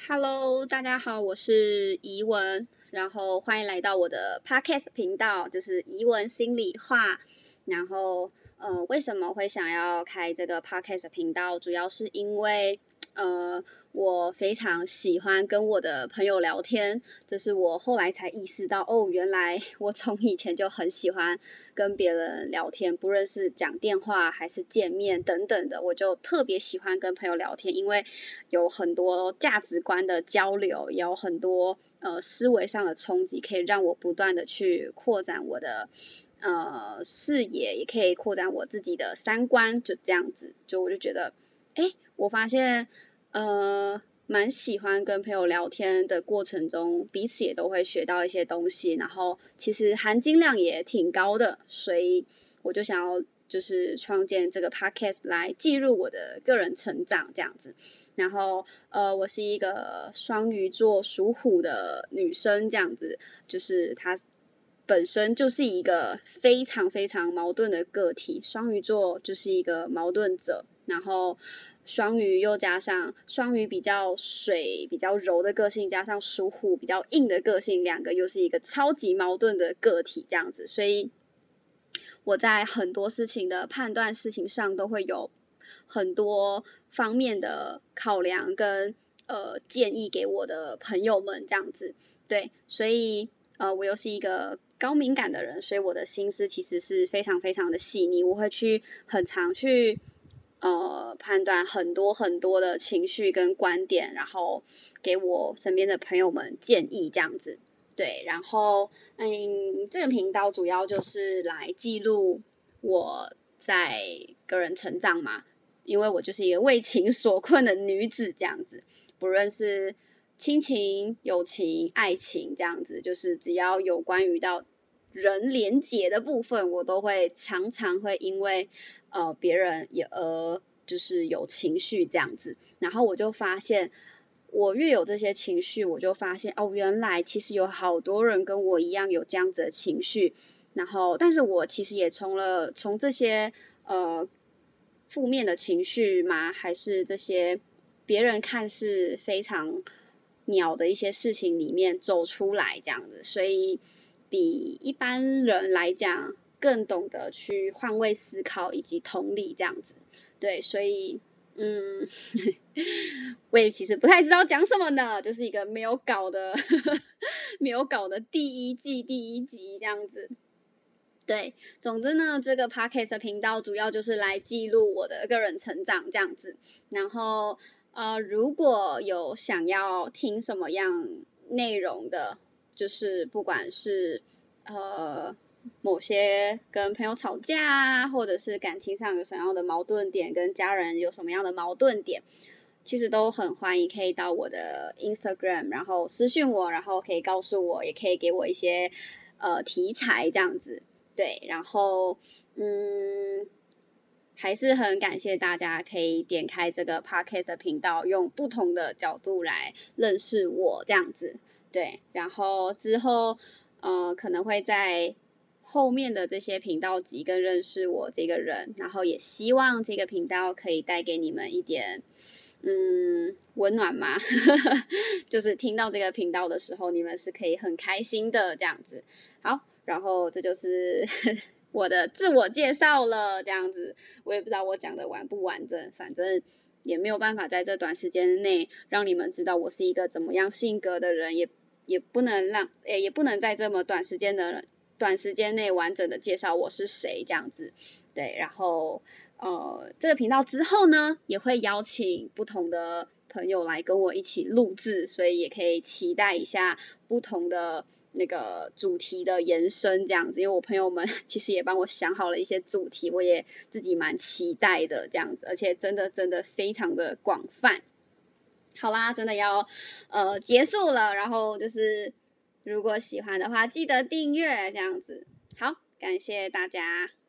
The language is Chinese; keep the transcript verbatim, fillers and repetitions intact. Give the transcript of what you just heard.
Hello， 大家好，我是怡文，然后欢迎来到我的 Podcast 频道，就是怡文心里话。然后，呃，为什么会想要开这个 Podcast 频道？主要是因为，呃，我非常喜欢跟我的朋友聊天，这是我后来才意识到，哦，原来我从以前就很喜欢跟别人聊天，不论是讲电话还是见面等等的，我就特别喜欢跟朋友聊天，因为有很多价值观的交流，也有很多呃思维上的冲击，可以让我不断的去扩展我的呃视野，也可以扩展我自己的三观，就这样子，就我就觉得，哎，我发现呃蛮喜欢跟朋友聊天的过程中，彼此也都会学到一些东西，然后其实含金量也挺高的，所以我就想要就是创建这个 podcast 来记录我的个人成长这样子。然后呃，我是一个双鱼座属虎的女生这样子，就是她本身就是一个非常非常矛盾的个体，双鱼座就是一个矛盾者，然后双鱼又加上双鱼比较水比较柔的个性，加上属虎比较硬的个性，两个又是一个超级矛盾的个体这样子，所以我在很多事情的判断事情上都会有很多方面的考量跟呃建议给我的朋友们这样子，对，所以呃我又是一个高敏感的人，所以我的心思其实是非常非常的细腻，我会去很常去呃判断很多很多的情绪跟观点，然后给我身边的朋友们建议这样子。对，然后嗯，这个频道主要就是来记录我在个人成长嘛，因为我就是一个为情所困的女子这样子，不论是亲情、友情、爱情这样子，就是只要有关于到人连结的部分，我都会常常会因为呃别人也而就是有情绪这样子，然后我就发现。我越有这些情绪，我就发现哦，原来其实有好多人跟我一样有这样子的情绪，然后，但是我其实也从了从这些呃负面的情绪嘛，还是这些别人看似非常鸟的一些事情里面走出来，这样子，所以比一般人来讲更懂得去换位思考以及同理这样子，对，所以。嗯，我也其实不太知道讲什么呢，就是一个没有稿的没有稿的第一季第一集这样子。对，总之呢，这个 podcast 的频道主要就是来记录我的个人成长这样子。然后呃，如果有想要听什么样内容的，就是不管是呃。某些跟朋友吵架啊，或者是感情上有什么样的矛盾点，跟家人有什么样的矛盾点，其实都很欢迎，可以到我的 Instagram， 然后私讯我，然后可以告诉我，也可以给我一些呃题材这样子，对，然后嗯，还是很感谢大家可以点开这个 Podcast 的频道，用不同的角度来认识我这样子，对，然后之后呃可能会在后面的这些频道集更认识我这个人，然后也希望这个频道可以带给你们一点嗯温暖嘛就是听到这个频道的时候，你们是可以很开心的这样子。好，然后这就是我的自我介绍了，这样子我也不知道我讲的完不完整，反正也没有办法在这短时间内让你们知道我是一个怎么样性格的人，也也不能让诶也不能在这么短时间的短时间内完整的介绍我是谁这样子。对，然后呃这个频道之后呢，也会邀请不同的朋友来跟我一起录制，所以也可以期待一下不同的那个主题的延伸这样子，因为我朋友们其实也帮我想好了一些主题，我也自己蛮期待的这样子，而且真的真的非常的广泛。好啦，真的要呃结束了，然后就是如果喜欢的话，记得订阅这样子。好，感谢大家。